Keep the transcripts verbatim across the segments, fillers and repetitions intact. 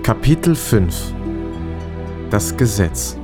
Kapitel fünf. Das Gesetz.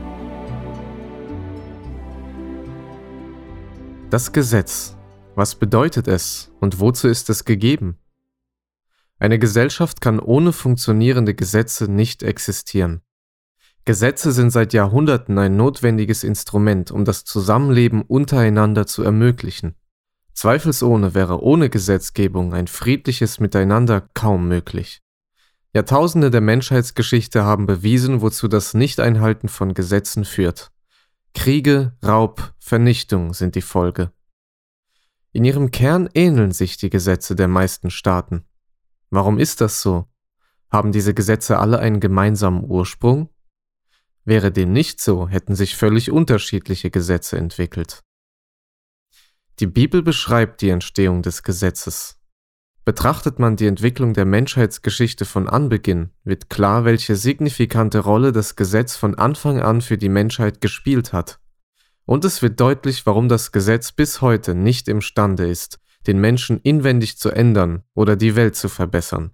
Das Gesetz. Was bedeutet es und wozu ist es gegeben? Eine Gesellschaft kann ohne funktionierende Gesetze nicht existieren. Gesetze sind seit Jahrhunderten ein notwendiges Instrument, um das Zusammenleben untereinander zu ermöglichen. Zweifelsohne wäre ohne Gesetzgebung ein friedliches Miteinander kaum möglich. Jahrtausende der Menschheitsgeschichte haben bewiesen, wozu das Nicht-Einhalten von Gesetzen führt. Kriege, Raub, Vernichtung sind die Folge. In ihrem Kern ähneln sich die Gesetze der meisten Staaten. Warum ist das so? Haben diese Gesetze alle einen gemeinsamen Ursprung? Wäre dem nicht so, hätten sich völlig unterschiedliche Gesetze entwickelt. Die Bibel beschreibt die Entstehung des Gesetzes. Betrachtet man die Entwicklung der Menschheitsgeschichte von Anbeginn, wird klar, welche signifikante Rolle das Gesetz von Anfang an für die Menschheit gespielt hat. Und es wird deutlich, warum das Gesetz bis heute nicht imstande ist, den Menschen inwendig zu ändern oder die Welt zu verbessern.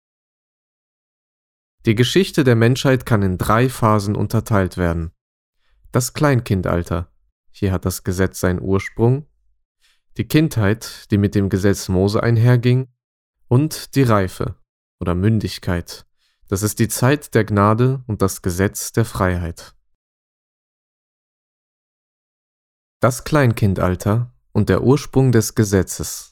Die Geschichte der Menschheit kann in drei Phasen unterteilt werden. Das Kleinkindalter. Hier hat das Gesetz seinen Ursprung. Die Kindheit, die mit dem Gesetz Mose einherging. Und die Reife oder Mündigkeit. Das ist die Zeit der Gnade und das Gesetz der Freiheit. Das Kleinkindalter und der Ursprung des Gesetzes.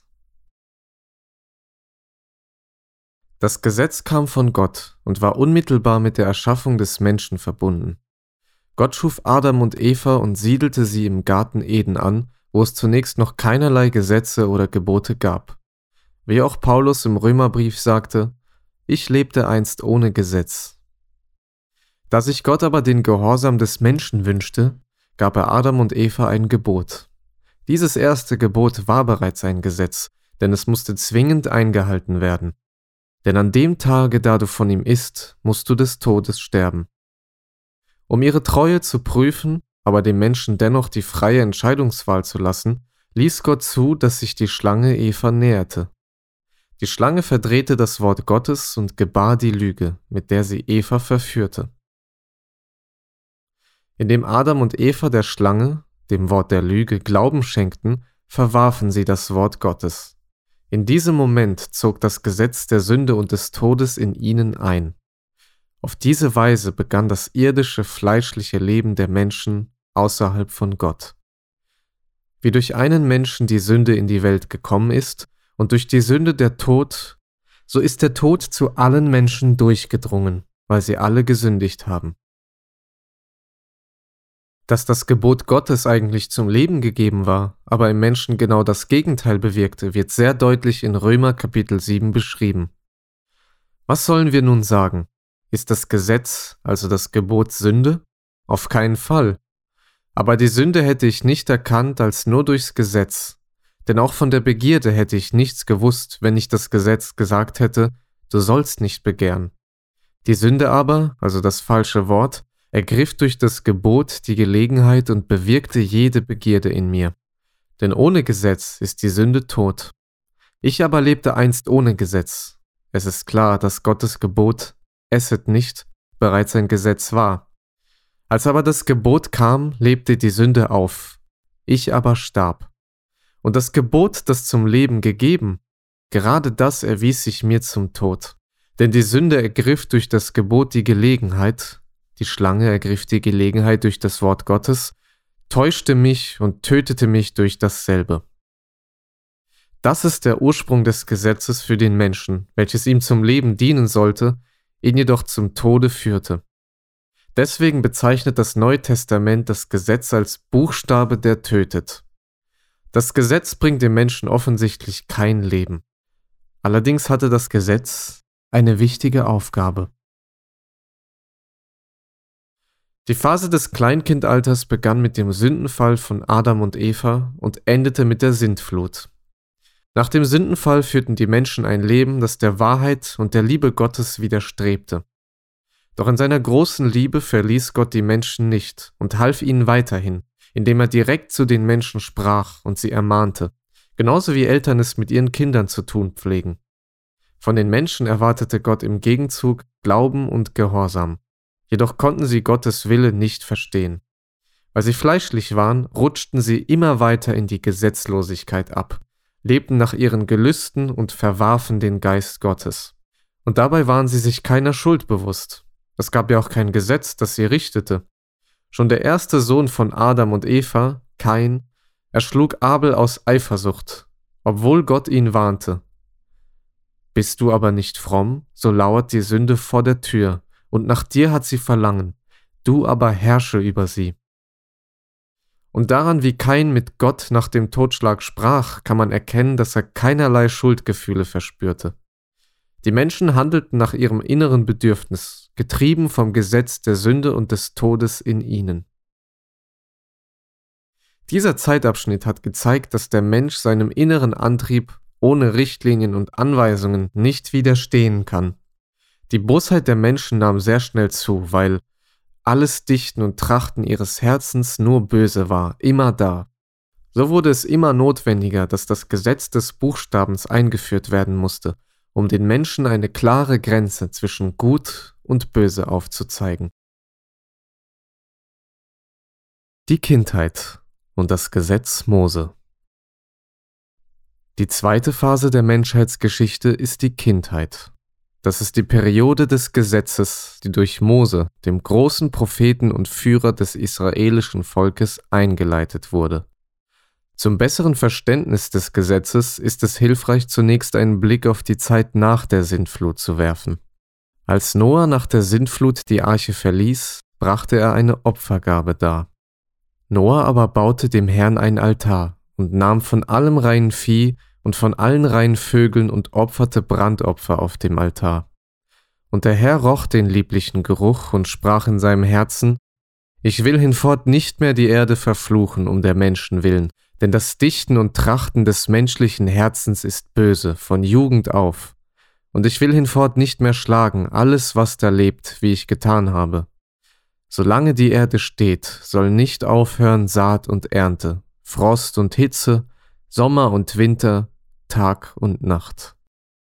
Das Gesetz kam von Gott und war unmittelbar mit der Erschaffung des Menschen verbunden. Gott schuf Adam und Eva und siedelte sie im Garten Eden an, wo es zunächst noch keinerlei Gesetze oder Gebote gab. Wie auch Paulus im Römerbrief sagte, ich lebte einst ohne Gesetz. Da sich Gott aber den Gehorsam des Menschen wünschte, gab er Adam und Eva ein Gebot. Dieses erste Gebot war bereits ein Gesetz, denn es musste zwingend eingehalten werden. Denn an dem Tage, da du von ihm isst, musst du des Todes sterben. Um ihre Treue zu prüfen, aber dem Menschen dennoch die freie Entscheidungswahl zu lassen, ließ Gott zu, dass sich die Schlange Eva näherte. Die Schlange verdrehte das Wort Gottes und gebar die Lüge, mit der sie Eva verführte. Indem Adam und Eva der Schlange, dem Wort der Lüge, Glauben schenkten, verwarfen sie das Wort Gottes. In diesem Moment zog das Gesetz der Sünde und des Todes in ihnen ein. Auf diese Weise begann das irdische, fleischliche Leben der Menschen außerhalb von Gott. Wie durch einen Menschen die Sünde in die Welt gekommen ist und durch die Sünde der Tod, so ist der Tod zu allen Menschen durchgedrungen, weil sie alle gesündigt haben. Dass das Gebot Gottes eigentlich zum Leben gegeben war, aber im Menschen genau das Gegenteil bewirkte, wird sehr deutlich in Römer Kapitel sieben beschrieben. Was sollen wir nun sagen? Ist das Gesetz, also das Gebot, Sünde? Auf keinen Fall. Aber die Sünde hätte ich nicht erkannt als nur durchs Gesetz. Denn auch von der Begierde hätte ich nichts gewusst, wenn nicht das Gesetz gesagt hätte, du sollst nicht begehren. Die Sünde aber, also das falsche Wort, ergriff durch das Gebot die Gelegenheit und bewirkte jede Begierde in mir. Denn ohne Gesetz ist die Sünde tot. Ich aber lebte einst ohne Gesetz. Es ist klar, dass Gottes Gebot, esset nicht, bereits ein Gesetz war. Als aber das Gebot kam, lebte die Sünde auf. Ich aber starb. Und das Gebot, das zum Leben gegeben, gerade das erwies sich mir zum Tod. Denn die Sünde ergriff durch das Gebot die Gelegenheit, die Schlange ergriff die Gelegenheit durch das Wort Gottes, täuschte mich und tötete mich durch dasselbe. Das ist der Ursprung des Gesetzes für den Menschen, welches ihm zum Leben dienen sollte, ihn jedoch zum Tode führte. Deswegen bezeichnet das Neue Testament das Gesetz als Buchstabe, der tötet. Das Gesetz bringt dem Menschen offensichtlich kein Leben. Allerdings hatte das Gesetz eine wichtige Aufgabe. Die Phase des Kleinkindalters begann mit dem Sündenfall von Adam und Eva und endete mit der Sintflut. Nach dem Sündenfall führten die Menschen ein Leben, das der Wahrheit und der Liebe Gottes widerstrebte. Doch in seiner großen Liebe verließ Gott die Menschen nicht und half ihnen weiterhin, indem er direkt zu den Menschen sprach und sie ermahnte, genauso wie Eltern es mit ihren Kindern zu tun pflegen. Von den Menschen erwartete Gott im Gegenzug Glauben und Gehorsam. Jedoch konnten sie Gottes Wille nicht verstehen. Weil sie fleischlich waren, rutschten sie immer weiter in die Gesetzlosigkeit ab, lebten nach ihren Gelüsten und verwarfen den Geist Gottes. Und dabei waren sie sich keiner Schuld bewusst. Es gab ja auch kein Gesetz, das sie richtete. Schon der erste Sohn von Adam und Eva, Kain, erschlug Abel aus Eifersucht, obwohl Gott ihn warnte. Bist du aber nicht fromm, so lauert die Sünde vor der Tür, und nach dir hat sie Verlangen, du aber herrsche über sie. Und daran, wie Kain mit Gott nach dem Totschlag sprach, kann man erkennen, dass er keinerlei Schuldgefühle verspürte. Die Menschen handelten nach ihrem inneren Bedürfnis, getrieben vom Gesetz der Sünde und des Todes in ihnen. Dieser Zeitabschnitt hat gezeigt, dass der Mensch seinem inneren Antrieb ohne Richtlinien und Anweisungen nicht widerstehen kann. Die Bosheit der Menschen nahm sehr schnell zu, weil alles Dichten und Trachten ihres Herzens nur böse war, immer da. So wurde es immer notwendiger, dass das Gesetz des Buchstabens eingeführt werden musste, um den Menschen eine klare Grenze zwischen Gut und Böse aufzuzeigen. Die Kindheit und das Gesetz Mose. Die zweite Phase der Menschheitsgeschichte ist die Kindheit. Das ist die Periode des Gesetzes, die durch Mose, dem großen Propheten und Führer des israelischen Volkes, eingeleitet wurde. Zum besseren Verständnis des Gesetzes ist es hilfreich, zunächst einen Blick auf die Zeit nach der Sintflut zu werfen. Als Noah nach der Sintflut die Arche verließ, brachte er eine Opfergabe dar. Noah aber baute dem Herrn ein Altar und nahm von allem reinen Vieh und von allen reinen Vögeln und opferte Brandopfer auf dem Altar. Und der Herr roch den lieblichen Geruch und sprach in seinem Herzen: Ich will hinfort nicht mehr die Erde verfluchen um der Menschen willen, denn das Dichten und Trachten des menschlichen Herzens ist böse, von Jugend auf. Und ich will hinfort nicht mehr schlagen alles, was da lebt, wie ich getan habe. Solange die Erde steht, soll nicht aufhören Saat und Ernte, Frost und Hitze, Sommer und Winter, Tag und Nacht.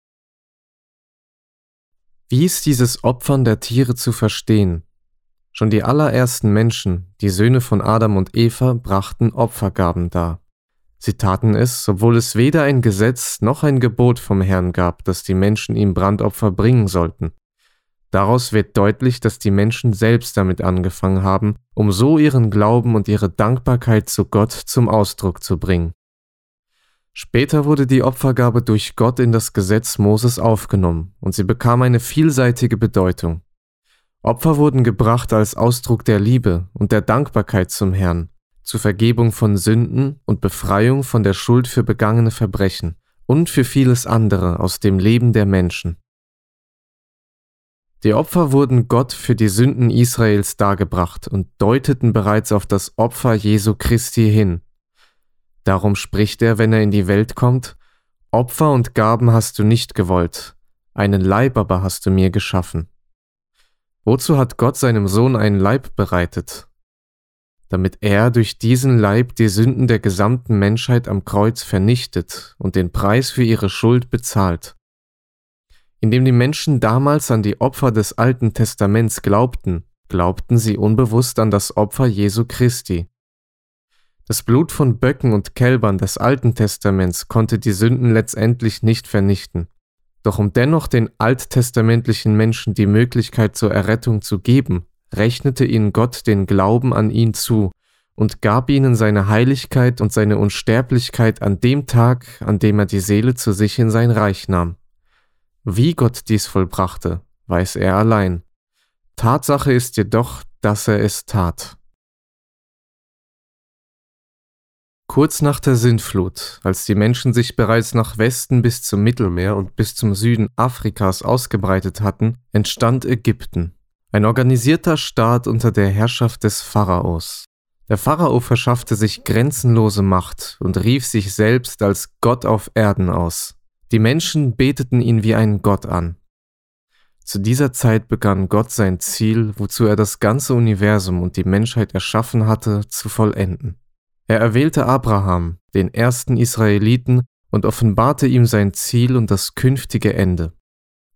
Wie ist dieses Opfern der Tiere zu verstehen? Schon die allerersten Menschen, die Söhne von Adam und Eva, brachten Opfergaben dar. Sie taten es, obwohl es weder ein Gesetz noch ein Gebot vom Herrn gab, dass die Menschen ihm Brandopfer bringen sollten. Daraus wird deutlich, dass die Menschen selbst damit angefangen haben, um so ihren Glauben und ihre Dankbarkeit zu Gott zum Ausdruck zu bringen. Später wurde die Opfergabe durch Gott in das Gesetz Moses aufgenommen und sie bekam eine vielseitige Bedeutung. Opfer wurden gebracht als Ausdruck der Liebe und der Dankbarkeit zum Herrn, zur Vergebung von Sünden und Befreiung von der Schuld für begangene Verbrechen und für vieles andere aus dem Leben der Menschen. Die Opfer wurden Gott für die Sünden Israels dargebracht und deuteten bereits auf das Opfer Jesu Christi hin. Darum spricht er, wenn er in die Welt kommt: Opfer und Gaben hast du nicht gewollt, einen Leib aber hast du mir geschaffen. Wozu hat Gott seinem Sohn einen Leib bereitet? Damit er durch diesen Leib die Sünden der gesamten Menschheit am Kreuz vernichtet und den Preis für ihre Schuld bezahlt. Indem die Menschen damals an die Opfer des Alten Testaments glaubten, glaubten sie unbewusst an das Opfer Jesu Christi. Das Blut von Böcken und Kälbern des Alten Testaments konnte die Sünden letztendlich nicht vernichten. Doch um dennoch den alttestamentlichen Menschen die Möglichkeit zur Errettung zu geben, rechnete ihnen Gott den Glauben an ihn zu und gab ihnen seine Heiligkeit und seine Unsterblichkeit an dem Tag, an dem er die Seele zu sich in sein Reich nahm. Wie Gott dies vollbrachte, weiß er allein. Tatsache ist jedoch, dass er es tat. Kurz nach der Sintflut, als die Menschen sich bereits nach Westen bis zum Mittelmeer und bis zum Süden Afrikas ausgebreitet hatten, entstand Ägypten, ein organisierter Staat unter der Herrschaft des Pharaos. Der Pharao verschaffte sich grenzenlose Macht und rief sich selbst als Gott auf Erden aus. Die Menschen beteten ihn wie einen Gott an. Zu dieser Zeit begann Gott sein Ziel, wozu er das ganze Universum und die Menschheit erschaffen hatte, zu vollenden. Er erwählte Abraham, den ersten Israeliten, und offenbarte ihm sein Ziel und das künftige Ende,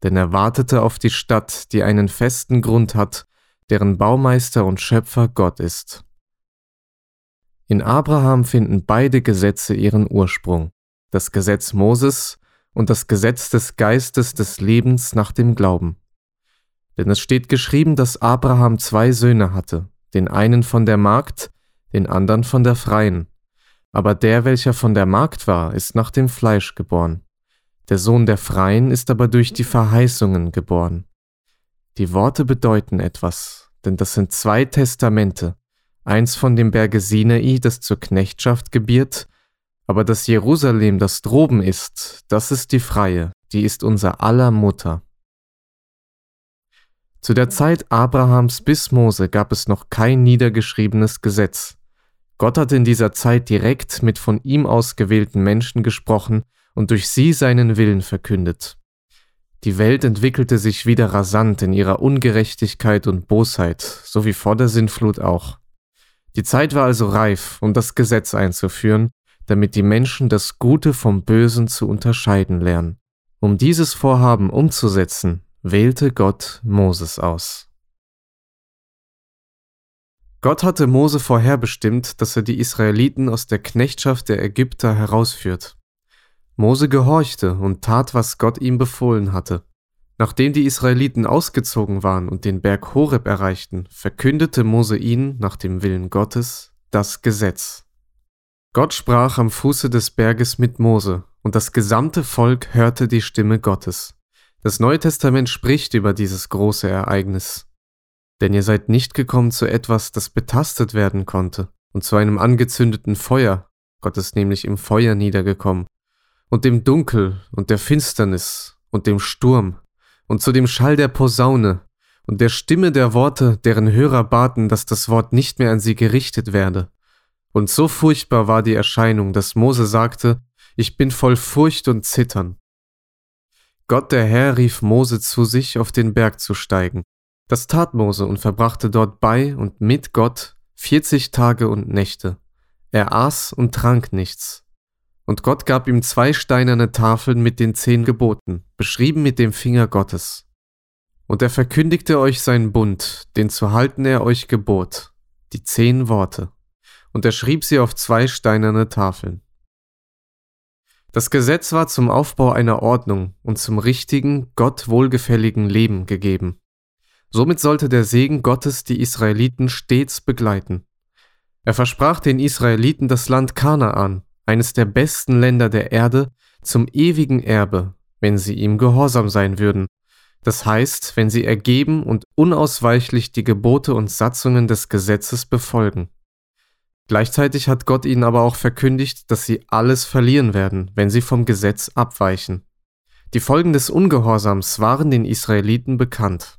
denn er wartete auf die Stadt, die einen festen Grund hat, deren Baumeister und Schöpfer Gott ist. In Abraham finden beide Gesetze ihren Ursprung, das Gesetz Moses und das Gesetz des Geistes des Lebens nach dem Glauben. Denn es steht geschrieben, dass Abraham zwei Söhne hatte, den einen von der Magd, den anderen von der Freien. Aber der, welcher von der Magd war, ist nach dem Fleisch geboren. Der Sohn der Freien ist aber durch die Verheißungen geboren. Die Worte bedeuten etwas, denn das sind zwei Testamente, eins von dem Berge Sinai, das zur Knechtschaft gebiert, aber das Jerusalem, das droben ist, das ist die Freie, die ist unser aller Mutter. Zu der Zeit Abrahams bis Mose gab es noch kein niedergeschriebenes Gesetz. Gott hat in dieser Zeit direkt mit von ihm ausgewählten Menschen gesprochen und durch sie seinen Willen verkündet. Die Welt entwickelte sich wieder rasant in ihrer Ungerechtigkeit und Bosheit, so wie vor der Sintflut auch. Die Zeit war also reif, um das Gesetz einzuführen, damit die Menschen das Gute vom Bösen zu unterscheiden lernen. Um dieses Vorhaben umzusetzen, wählte Gott Moses aus. Gott hatte Mose vorherbestimmt, dass er die Israeliten aus der Knechtschaft der Ägypter herausführt. Mose gehorchte und tat, was Gott ihm befohlen hatte. Nachdem die Israeliten ausgezogen waren und den Berg Horeb erreichten, verkündete Mose ihnen, nach dem Willen Gottes, das Gesetz. Gott sprach am Fuße des Berges mit Mose, und das gesamte Volk hörte die Stimme Gottes. Das Neue Testament spricht über dieses große Ereignis. Denn ihr seid nicht gekommen zu etwas, das betastet werden konnte, und zu einem angezündeten Feuer, Gott ist nämlich im Feuer niedergekommen, und dem Dunkel und der Finsternis und dem Sturm, und zu dem Schall der Posaune und der Stimme der Worte, deren Hörer baten, dass das Wort nicht mehr an sie gerichtet werde. Und so furchtbar war die Erscheinung, dass Mose sagte, ich bin voll Furcht und Zittern. Gott der Herr rief Mose zu sich, auf den Berg zu steigen. Das tat Mose und verbrachte dort bei und mit Gott vierzig Tage und Nächte. Er aß und trank nichts. Und Gott gab ihm zwei steinerne Tafeln mit den zehn Geboten, beschrieben mit dem Finger Gottes. Und er verkündigte euch seinen Bund, den zu halten er euch gebot, die zehn Worte. Und er schrieb sie auf zwei steinerne Tafeln. Das Gesetz war zum Aufbau einer Ordnung und zum richtigen, Gott wohlgefälligen Leben gegeben. Somit sollte der Segen Gottes die Israeliten stets begleiten. Er versprach den Israeliten das Land Kanaan, eines der besten Länder der Erde, zum ewigen Erbe, wenn sie ihm gehorsam sein würden. Das heißt, wenn sie ergeben und unausweichlich die Gebote und Satzungen des Gesetzes befolgen. Gleichzeitig hat Gott ihnen aber auch verkündigt, dass sie alles verlieren werden, wenn sie vom Gesetz abweichen. Die Folgen des Ungehorsams waren den Israeliten bekannt.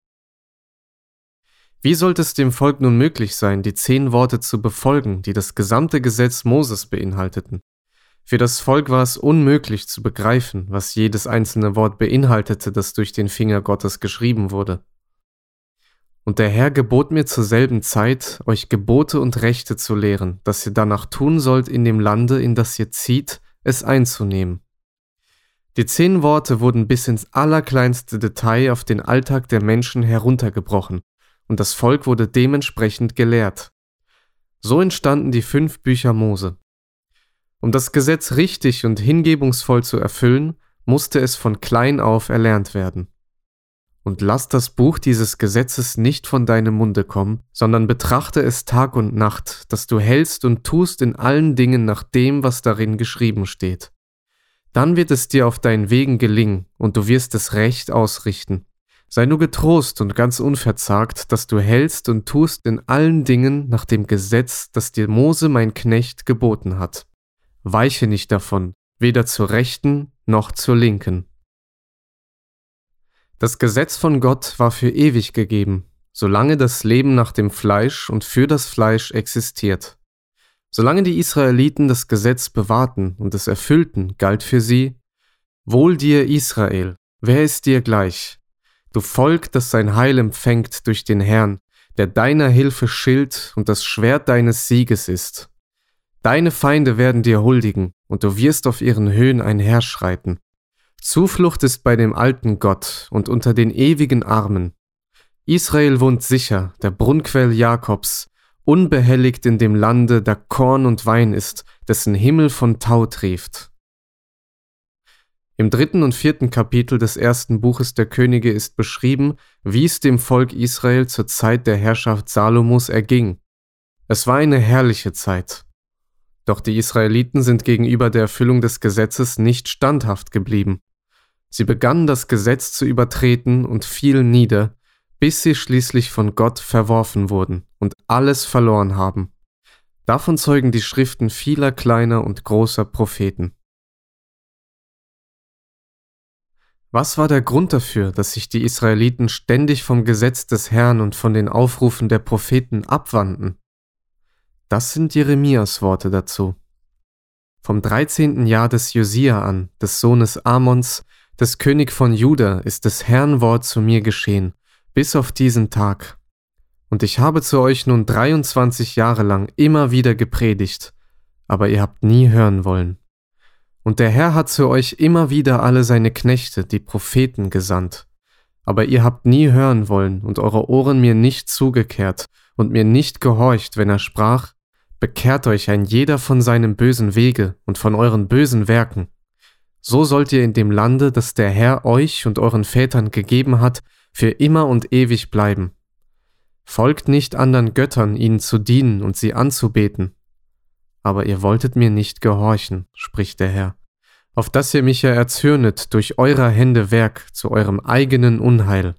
Wie sollte es dem Volk nun möglich sein, die zehn Worte zu befolgen, die das gesamte Gesetz Moses beinhalteten? Für das Volk war es unmöglich zu begreifen, was jedes einzelne Wort beinhaltete, das durch den Finger Gottes geschrieben wurde. Und der Herr gebot mir zur selben Zeit, euch Gebote und Rechte zu lehren, dass ihr danach tun sollt in dem Lande, in das ihr zieht, es einzunehmen. Die zehn Worte wurden bis ins allerkleinste Detail auf den Alltag der Menschen heruntergebrochen, und das Volk wurde dementsprechend gelehrt. So entstanden die fünf Bücher Mose. Um das Gesetz richtig und hingebungsvoll zu erfüllen, musste es von klein auf erlernt werden. Und lass das Buch dieses Gesetzes nicht von deinem Munde kommen, sondern betrachte es Tag und Nacht, dass du hältst und tust in allen Dingen nach dem, was darin geschrieben steht. Dann wird es dir auf deinen Wegen gelingen und du wirst es recht ausrichten. Sei nur getrost und ganz unverzagt, dass du hältst und tust in allen Dingen nach dem Gesetz, das dir Mose mein Knecht geboten hat. Weiche nicht davon, weder zur Rechten noch zur Linken. Das Gesetz von Gott war für ewig gegeben, solange das Leben nach dem Fleisch und für das Fleisch existiert. Solange die Israeliten das Gesetz bewahrten und es erfüllten, galt für sie: Wohl dir, Israel, wer ist dir gleich? Du Volk, das sein Heil empfängt durch den Herrn, der deiner Hilfe Schild und das Schwert deines Sieges ist. Deine Feinde werden dir huldigen, und du wirst auf ihren Höhen einherschreiten. Zuflucht ist bei dem alten Gott und unter den ewigen Armen. Israel wohnt sicher, der Brunnquell Jakobs, unbehelligt in dem Lande, da Korn und Wein ist, dessen Himmel von Tau trieft. Im dritten und vierten Kapitel des ersten Buches der Könige ist beschrieben, wie es dem Volk Israel zur Zeit der Herrschaft Salomos erging. Es war eine herrliche Zeit. Doch die Israeliten sind gegenüber der Erfüllung des Gesetzes nicht standhaft geblieben. Sie begannen das Gesetz zu übertreten und fielen nieder, bis sie schließlich von Gott verworfen wurden und alles verloren haben. Davon zeugen die Schriften vieler kleiner und großer Propheten. Was war der Grund dafür, dass sich die Israeliten ständig vom Gesetz des Herrn und von den Aufrufen der Propheten abwandten? Das sind Jeremias Worte dazu. Vom dreizehnten Jahr des Josia an, des Sohnes Amons, des König von Juda, ist des Herrn Wort zu mir geschehen, bis auf diesen Tag. Und ich habe zu euch nun dreiundzwanzig Jahre lang immer wieder gepredigt, aber ihr habt nie hören wollen. Und der Herr hat zu euch immer wieder alle seine Knechte, die Propheten, gesandt. Aber ihr habt nie hören wollen und eure Ohren mir nicht zugekehrt und mir nicht gehorcht, wenn er sprach: Bekehrt euch ein jeder von seinem bösen Wege und von euren bösen Werken. So sollt ihr in dem Lande, das der Herr euch und euren Vätern gegeben hat, für immer und ewig bleiben. Folgt nicht anderen Göttern, ihnen zu dienen und sie anzubeten. Aber ihr wolltet mir nicht gehorchen, spricht der Herr, auf dass ihr mich ja erzürnet durch eurer Hände Werk zu eurem eigenen Unheil.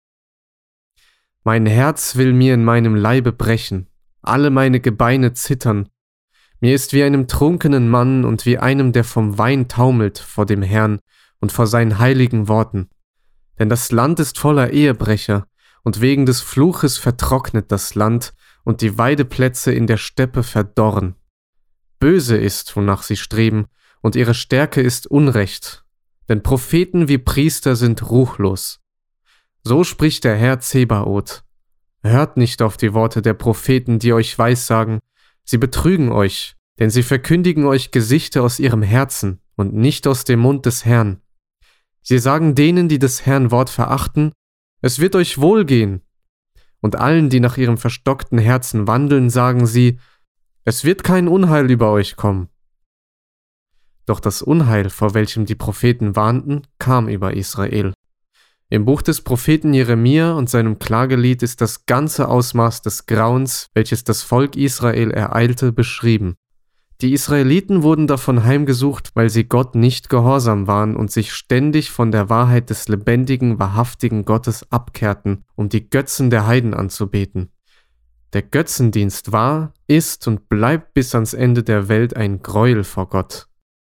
Mein Herz will mir in meinem Leibe brechen, alle meine Gebeine zittern. Mir ist wie einem trunkenen Mann und wie einem, der vom Wein taumelt, vor dem Herrn und vor seinen heiligen Worten. Denn das Land ist voller Ehebrecher, und wegen des Fluches vertrocknet das Land, und die Weideplätze in der Steppe verdorren. Böse ist, wonach sie streben, und ihre Stärke ist Unrecht, denn Propheten wie Priester sind ruchlos. So spricht der Herr Zebaoth: Hört nicht auf die Worte der Propheten, die euch weissagen, sie betrügen euch, denn sie verkündigen euch Gesichter aus ihrem Herzen und nicht aus dem Mund des Herrn. Sie sagen denen, die des Herrn Wort verachten: Es wird euch wohlgehen. Und allen, die nach ihrem verstockten Herzen wandeln, sagen sie: Es wird kein Unheil über euch kommen. Doch das Unheil, vor welchem die Propheten warnten, kam über Israel. Im Buch des Propheten Jeremia und seinem Klagelied ist das ganze Ausmaß des Grauens, welches das Volk Israel ereilte, beschrieben. Die Israeliten wurden davon heimgesucht, weil sie Gott nicht gehorsam waren und sich ständig von der Wahrheit des lebendigen, wahrhaftigen Gottes abkehrten, um die Götzen der Heiden anzubeten. Der Götzendienst war, ist und bleibt bis ans Ende der Welt ein Gräuel vor Gott.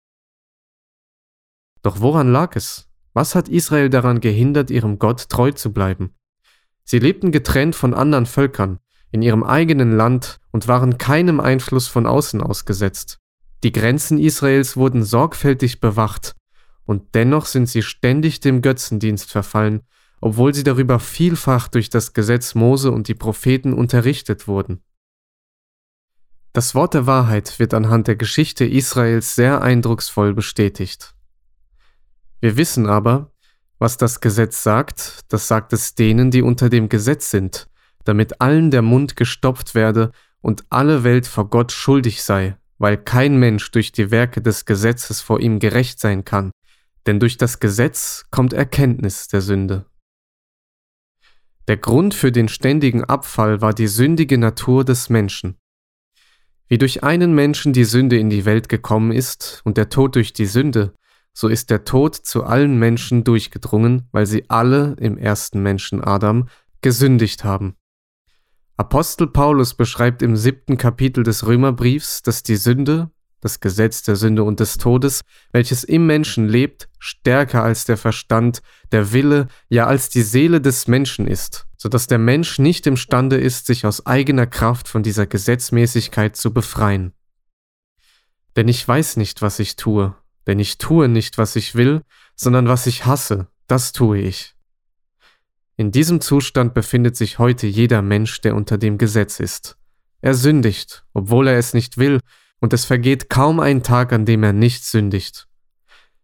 Doch woran lag es? Was hat Israel daran gehindert, ihrem Gott treu zu bleiben? Sie lebten getrennt von anderen Völkern, in ihrem eigenen Land und waren keinem Einfluss von außen ausgesetzt. Die Grenzen Israels wurden sorgfältig bewacht, und dennoch sind sie ständig dem Götzendienst verfallen, obwohl sie darüber vielfach durch das Gesetz Mose und die Propheten unterrichtet wurden. Das Wort der Wahrheit wird anhand der Geschichte Israels sehr eindrucksvoll bestätigt. Wir wissen aber, was das Gesetz sagt, das sagt es denen, die unter dem Gesetz sind, damit allen der Mund gestopft werde und alle Welt vor Gott schuldig sei, weil kein Mensch durch die Werke des Gesetzes vor ihm gerecht sein kann, denn durch das Gesetz kommt Erkenntnis der Sünde. Der Grund für den ständigen Abfall war die sündige Natur des Menschen. Wie durch einen Menschen die Sünde in die Welt gekommen ist und der Tod durch die Sünde, so ist der Tod zu allen Menschen durchgedrungen, weil sie alle im ersten Menschen Adam gesündigt haben. Apostel Paulus beschreibt im siebten Kapitel des Römerbriefs, dass die Sünde, das Gesetz der Sünde und des Todes, welches im Menschen lebt, stärker als der Verstand, der Wille, ja als die Seele des Menschen ist, sodass der Mensch nicht imstande ist, sich aus eigener Kraft von dieser Gesetzmäßigkeit zu befreien. Denn ich weiß nicht, was ich tue, denn ich tue nicht, was ich will, sondern was ich hasse, das tue ich. In diesem Zustand befindet sich heute jeder Mensch, der unter dem Gesetz ist. Er sündigt, obwohl er es nicht will, und es vergeht kaum ein Tag, an dem er nicht sündigt.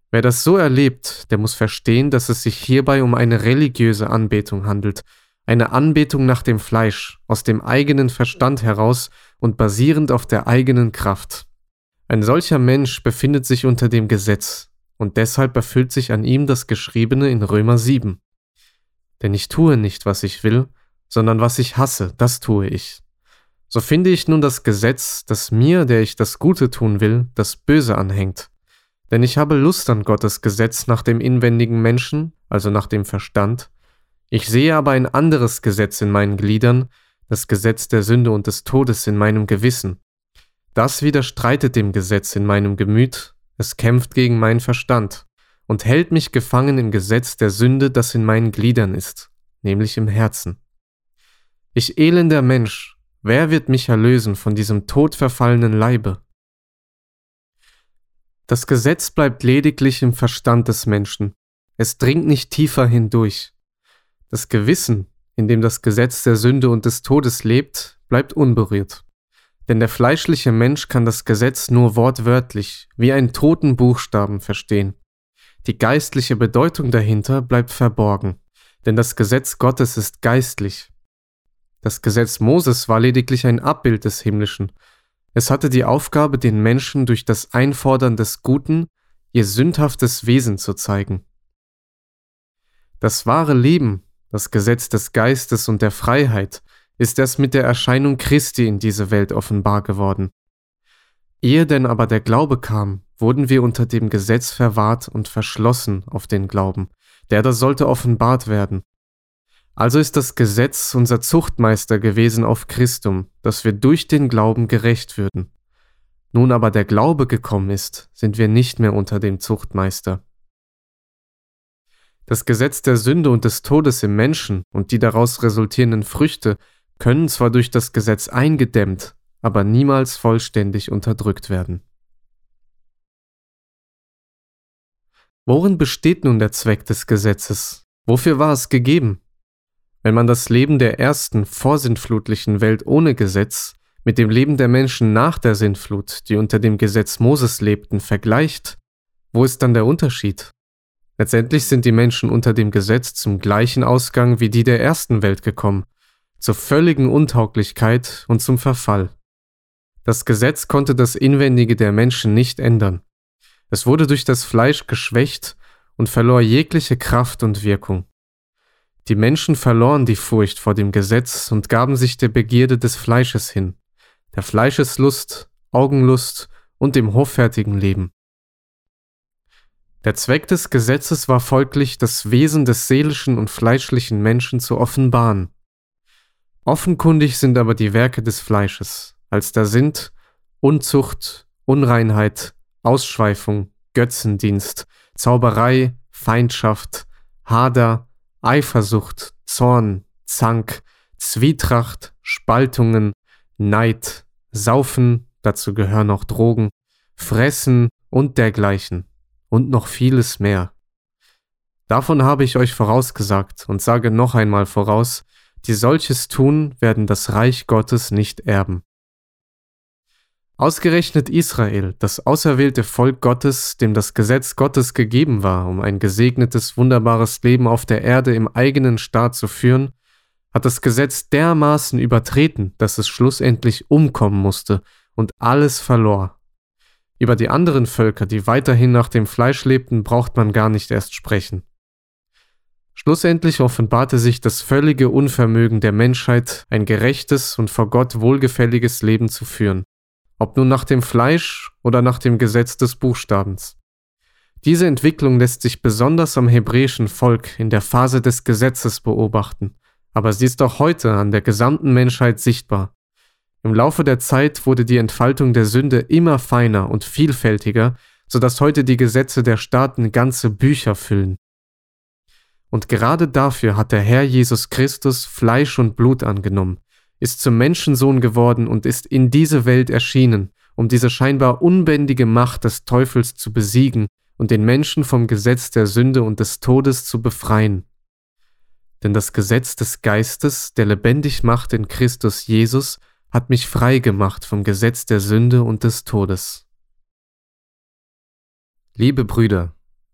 Wer das so erlebt, der muss verstehen, dass es sich hierbei um eine religiöse Anbetung handelt, eine Anbetung nach dem Fleisch, aus dem eigenen Verstand heraus und basierend auf der eigenen Kraft. Ein solcher Mensch befindet sich unter dem Gesetz, und deshalb erfüllt sich an ihm das Geschriebene in Römer sieben. Denn ich tue nicht, was ich will, sondern was ich hasse, das tue ich. So finde ich nun das Gesetz, das mir, der ich das Gute tun will, das Böse anhängt. Denn ich habe Lust an Gottes Gesetz nach dem inwendigen Menschen, also nach dem Verstand. Ich sehe aber ein anderes Gesetz in meinen Gliedern, das Gesetz der Sünde und des Todes in meinem Gewissen. Das widerstreitet dem Gesetz in meinem Gemüt, es kämpft gegen meinen Verstand und hält mich gefangen im Gesetz der Sünde, das in meinen Gliedern ist, nämlich im Herzen. Ich elender Mensch, wer wird mich erlösen von diesem todverfallenen Leibe? Das Gesetz bleibt lediglich im Verstand des Menschen. Es dringt nicht tiefer hindurch. Das Gewissen, in dem das Gesetz der Sünde und des Todes lebt, bleibt unberührt. Denn der fleischliche Mensch kann das Gesetz nur wortwörtlich, wie einen toten Buchstaben verstehen. Die geistliche Bedeutung dahinter bleibt verborgen, denn das Gesetz Gottes ist geistlich. Das Gesetz Moses war lediglich ein Abbild des Himmlischen. Es hatte die Aufgabe, den Menschen durch das Einfordern des Guten ihr sündhaftes Wesen zu zeigen. Das wahre Leben, das Gesetz des Geistes und der Freiheit, ist erst mit der Erscheinung Christi in diese Welt offenbar geworden. Ehe denn aber der Glaube kam, wurden wir unter dem Gesetz verwahrt und verschlossen auf den Glauben, der da sollte offenbart werden. Also ist das Gesetz unser Zuchtmeister gewesen auf Christum, dass wir durch den Glauben gerecht würden. Nun aber der Glaube gekommen ist, sind wir nicht mehr unter dem Zuchtmeister. Das Gesetz der Sünde und des Todes im Menschen und die daraus resultierenden Früchte können zwar durch das Gesetz eingedämmt, aber niemals vollständig unterdrückt werden. Worin besteht nun der Zweck des Gesetzes? Wofür war es gegeben? Wenn man das Leben der ersten vorsintflutlichen Welt ohne Gesetz mit dem Leben der Menschen nach der Sintflut, die unter dem Gesetz Moses lebten, vergleicht, wo ist dann der Unterschied? Letztendlich sind die Menschen unter dem Gesetz zum gleichen Ausgang wie die der ersten Welt gekommen, zur völligen Untauglichkeit und zum Verfall. Das Gesetz konnte das Inwendige der Menschen nicht ändern. Es wurde durch das Fleisch geschwächt und verlor jegliche Kraft und Wirkung. Die Menschen verloren die Furcht vor dem Gesetz und gaben sich der Begierde des Fleisches hin, der Fleischeslust, Augenlust und dem hoffärtigen Leben. Der Zweck des Gesetzes war folglich, das Wesen des seelischen und fleischlichen Menschen zu offenbaren. Offenkundig sind aber die Werke des Fleisches, als da sind Unzucht, Unreinheit, Ausschweifung, Götzendienst, Zauberei, Feindschaft, Hader, Eifersucht, Zorn, Zank, Zwietracht, Spaltungen, Neid, Saufen, dazu gehören auch Drogen, Fressen und dergleichen und noch vieles mehr. Davon habe ich euch vorausgesagt und sage noch einmal voraus, die solches tun, werden das Reich Gottes nicht erben. Ausgerechnet Israel, das auserwählte Volk Gottes, dem das Gesetz Gottes gegeben war, um ein gesegnetes, wunderbares Leben auf der Erde im eigenen Staat zu führen, hat das Gesetz dermaßen übertreten, dass es schlussendlich umkommen musste und alles verlor. Über die anderen Völker, die weiterhin nach dem Fleisch lebten, braucht man gar nicht erst sprechen. Schlussendlich offenbarte sich das völlige Unvermögen der Menschheit, ein gerechtes und vor Gott wohlgefälliges Leben zu führen. Ob nun nach dem Fleisch oder nach dem Gesetz des Buchstabens. Diese Entwicklung lässt sich besonders am hebräischen Volk in der Phase des Gesetzes beobachten, aber sie ist auch heute an der gesamten Menschheit sichtbar. Im Laufe der Zeit wurde die Entfaltung der Sünde immer feiner und vielfältiger, sodass heute die Gesetze der Staaten ganze Bücher füllen. Und gerade dafür hat der Herr Jesus Christus Fleisch und Blut angenommen, ist zum Menschensohn geworden und ist in diese Welt erschienen, um diese scheinbar unbändige Macht des Teufels zu besiegen und den Menschen vom Gesetz der Sünde und des Todes zu befreien. Denn das Gesetz des Geistes, der lebendig macht in Christus Jesus, hat mich frei gemacht vom Gesetz der Sünde und des Todes. Liebe Brüder,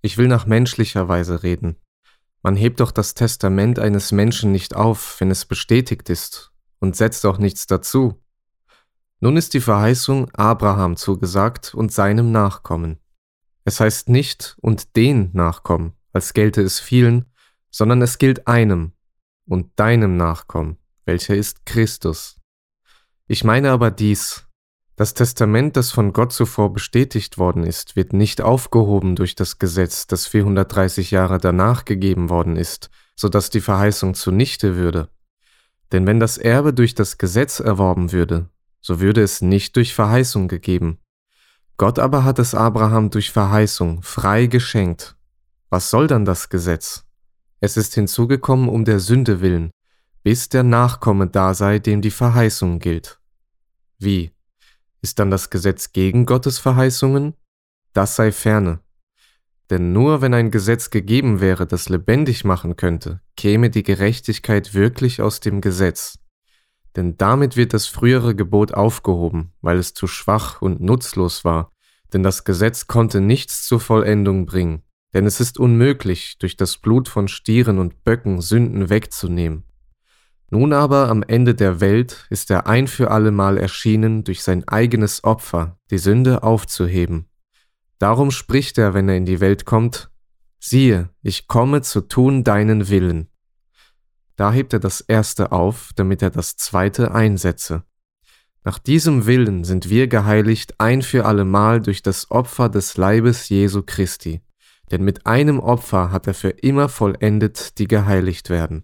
Ich will nach menschlicher Weise reden. Man hebt doch das Testament eines Menschen nicht auf, wenn es bestätigt ist, und setzt auch nichts dazu. Nun ist die Verheißung Abraham zugesagt und seinem Nachkommen. Es heißt nicht und den Nachkommen, als gelte es vielen, sondern es gilt einem und deinem Nachkommen, welcher ist Christus. Ich meine aber dies: Das Testament, das von Gott zuvor bestätigt worden ist, wird nicht aufgehoben durch das Gesetz, das vierhundertdreißig Jahre danach gegeben worden ist, so dass die Verheißung zunichte würde. Denn wenn das Erbe durch das Gesetz erworben würde, so würde es nicht durch Verheißung gegeben. Gott aber hat es Abraham durch Verheißung frei geschenkt. Was soll dann das Gesetz? Es ist hinzugekommen um der Sünde willen, bis der Nachkomme da sei, dem die Verheißung gilt. Wie? Ist dann das Gesetz gegen Gottes Verheißungen? Das sei ferne. Denn nur wenn ein Gesetz gegeben wäre, das lebendig machen könnte, käme die Gerechtigkeit wirklich aus dem Gesetz. Denn damit wird das frühere Gebot aufgehoben, weil es zu schwach und nutzlos war, denn das Gesetz konnte nichts zur Vollendung bringen, denn es ist unmöglich, durch das Blut von Stieren und Böcken Sünden wegzunehmen. Nun aber am Ende der Welt ist er ein für allemal erschienen, durch sein eigenes Opfer die Sünde aufzuheben. Darum spricht er, wenn er in die Welt kommt: Siehe, ich komme zu tun deinen Willen. Da hebt er das Erste auf, damit er das Zweite einsetze. Nach diesem Willen sind wir geheiligt ein für allemal durch das Opfer des Leibes Jesu Christi. Denn mit einem Opfer hat er für immer vollendet, die geheiligt werden.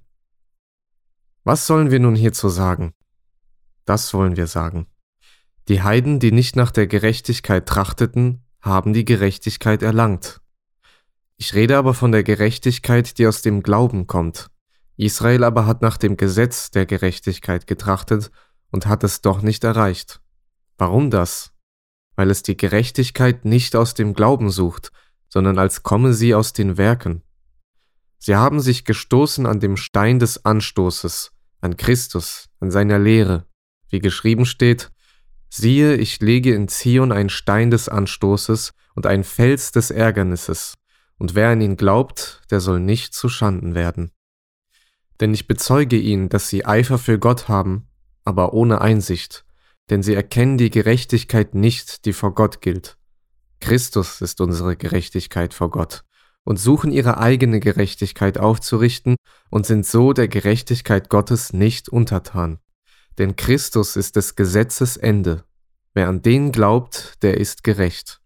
Was sollen wir nun hierzu sagen? Das wollen wir sagen: Die Heiden, die nicht nach der Gerechtigkeit trachteten, haben die Gerechtigkeit erlangt. Ich rede aber von der Gerechtigkeit, die aus dem Glauben kommt. Israel aber hat nach dem Gesetz der Gerechtigkeit getrachtet und hat es doch nicht erreicht. Warum das? Weil es die Gerechtigkeit nicht aus dem Glauben sucht, sondern als komme sie aus den Werken. Sie haben sich gestoßen an dem Stein des Anstoßes, an Christus, an seiner Lehre. Wie geschrieben steht: Siehe, ich lege in Zion einen Stein des Anstoßes und einen Fels des Ärgernisses, und wer an ihn glaubt, der soll nicht zu Schanden werden. Denn ich bezeuge ihnen, dass sie Eifer für Gott haben, aber ohne Einsicht, denn sie erkennen die Gerechtigkeit nicht, die vor Gott gilt. Christus ist unsere Gerechtigkeit vor Gott, und suchen ihre eigene Gerechtigkeit aufzurichten und sind so der Gerechtigkeit Gottes nicht untertan. Denn Christus ist des Gesetzes Ende. Wer an den glaubt, der ist gerecht.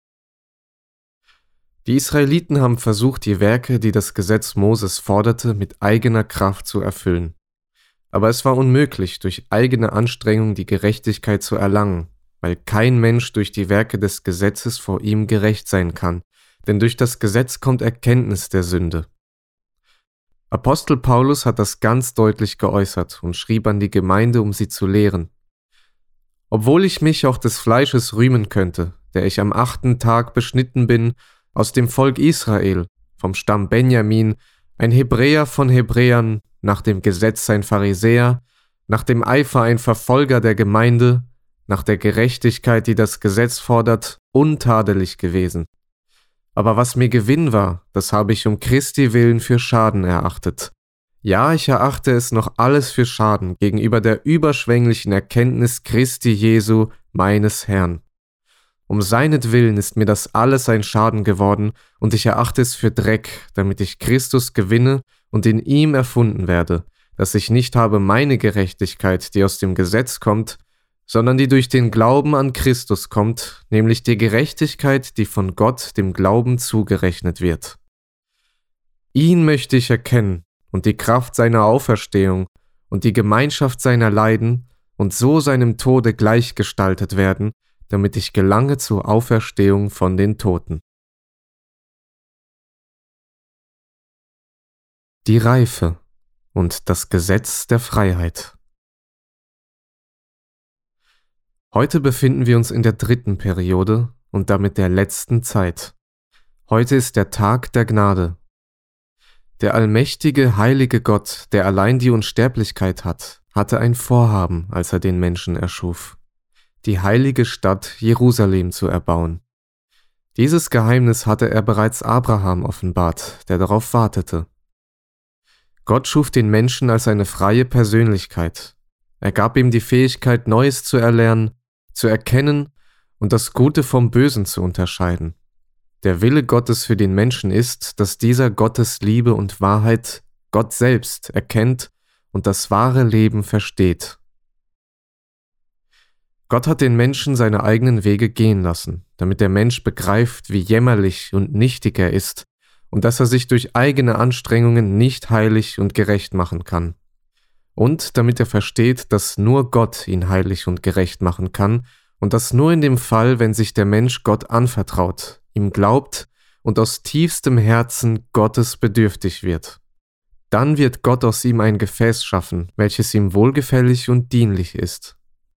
Die Israeliten haben versucht, die Werke, die das Gesetz Moses forderte, mit eigener Kraft zu erfüllen. Aber es war unmöglich, durch eigene Anstrengung die Gerechtigkeit zu erlangen, weil kein Mensch durch die Werke des Gesetzes vor ihm gerecht sein kann, denn durch das Gesetz kommt Erkenntnis der Sünde. Apostel Paulus hat das ganz deutlich geäußert und schrieb an die Gemeinde, um sie zu lehren: Obwohl ich mich auch des Fleisches rühmen könnte, der ich am achten Tag beschnitten bin, aus dem Volk Israel, vom Stamm Benjamin, ein Hebräer von Hebräern, nach dem Gesetz ein Pharisäer, nach dem Eifer ein Verfolger der Gemeinde, nach der Gerechtigkeit, die das Gesetz fordert, untadelig gewesen. Aber was mir Gewinn war, das habe ich um Christi willen für Schaden erachtet. Ja, ich erachte es noch alles für Schaden gegenüber der überschwänglichen Erkenntnis Christi Jesu, meines Herrn. Um seinetwillen ist mir das alles ein Schaden geworden, und ich erachte es für Dreck, damit ich Christus gewinne und in ihm erfunden werde, dass ich nicht habe meine Gerechtigkeit, die aus dem Gesetz kommt, sondern die durch den Glauben an Christus kommt, nämlich die Gerechtigkeit, die von Gott dem Glauben zugerechnet wird. Ihn möchte ich erkennen und die Kraft seiner Auferstehung und die Gemeinschaft seiner Leiden und so seinem Tode gleichgestaltet werden, damit ich gelange zur Auferstehung von den Toten. Die Reife und das Gesetz der Freiheit. Heute befinden wir uns in der dritten Periode und damit der letzten Zeit. Heute ist der Tag der Gnade. Der allmächtige, heilige Gott, der allein die Unsterblichkeit hat, hatte ein Vorhaben, als er den Menschen erschuf: die heilige Stadt Jerusalem zu erbauen. Dieses Geheimnis hatte er bereits Abraham offenbart, der darauf wartete. Gott schuf den Menschen als eine freie Persönlichkeit. Er gab ihm die Fähigkeit, Neues zu erlernen, zu erkennen und das Gute vom Bösen zu unterscheiden. Der Wille Gottes für den Menschen ist, dass dieser Gottes Liebe und Wahrheit Gott selbst erkennt und das wahre Leben versteht. Gott hat den Menschen seine eigenen Wege gehen lassen, damit der Mensch begreift, wie jämmerlich und nichtig er ist und dass er sich durch eigene Anstrengungen nicht heilig und gerecht machen kann. Und damit er versteht, dass nur Gott ihn heilig und gerecht machen kann und das nur in dem Fall, wenn sich der Mensch Gott anvertraut, ihm glaubt und aus tiefstem Herzen Gottes bedürftig wird. Dann wird Gott aus ihm ein Gefäß schaffen, welches ihm wohlgefällig und dienlich ist.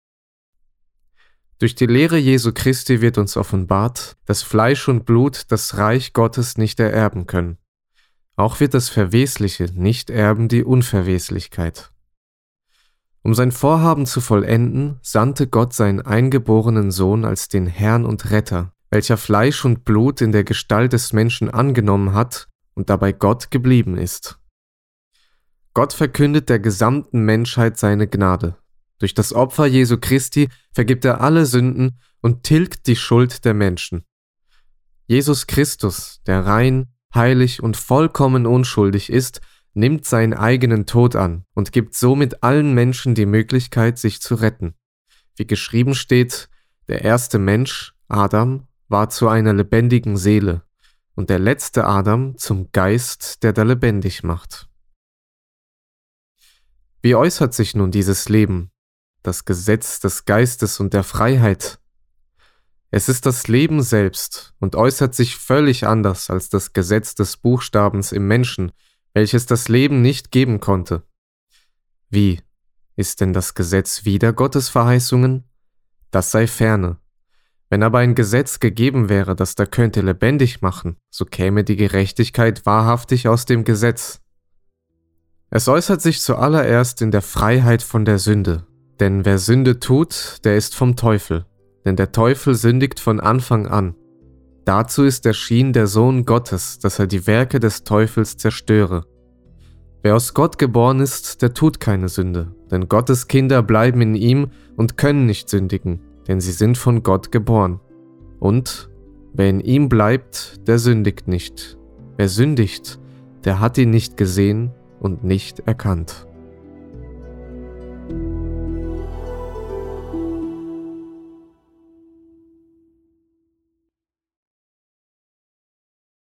Durch die Lehre Jesu Christi wird uns offenbart, dass Fleisch und Blut das Reich Gottes nicht ererben können. Auch wird das Verwesliche nicht erben die Unverweslichkeit. Um sein Vorhaben zu vollenden, sandte Gott seinen eingeborenen Sohn als den Herrn und Retter, welcher Fleisch und Blut in der Gestalt des Menschen angenommen hat und dabei Gott geblieben ist. Gott verkündet der gesamten Menschheit seine Gnade. Durch das Opfer Jesu Christi vergibt er alle Sünden und tilgt die Schuld der Menschen. Jesus Christus, der rein, heilig und vollkommen unschuldig ist, nimmt seinen eigenen Tod an und gibt somit allen Menschen die Möglichkeit, sich zu retten. Wie geschrieben steht, der erste Mensch, Adam, war zu einer lebendigen Seele und der letzte Adam zum Geist, der da lebendig macht. Wie äußert sich nun dieses Leben, das Gesetz des Geistes und der Freiheit? Es ist das Leben selbst und äußert sich völlig anders als das Gesetz des Buchstabens im Menschen, welches das Leben nicht geben konnte. Wie? Ist denn das Gesetz wider Gottes Verheißungen? Das sei ferne. Wenn aber ein Gesetz gegeben wäre, das da könnte lebendig machen, so käme die Gerechtigkeit wahrhaftig aus dem Gesetz. Es äußert sich zuallererst in der Freiheit von der Sünde, denn wer Sünde tut, der ist vom Teufel, denn der Teufel sündigt von Anfang an. Dazu ist erschienen der Sohn Gottes, dass er die Werke des Teufels zerstöre. Wer aus Gott geboren ist, der tut keine Sünde, denn Gottes Kinder bleiben in ihm und können nicht sündigen, denn sie sind von Gott geboren. Und wer in ihm bleibt, der sündigt nicht. Wer sündigt, der hat ihn nicht gesehen und nicht erkannt.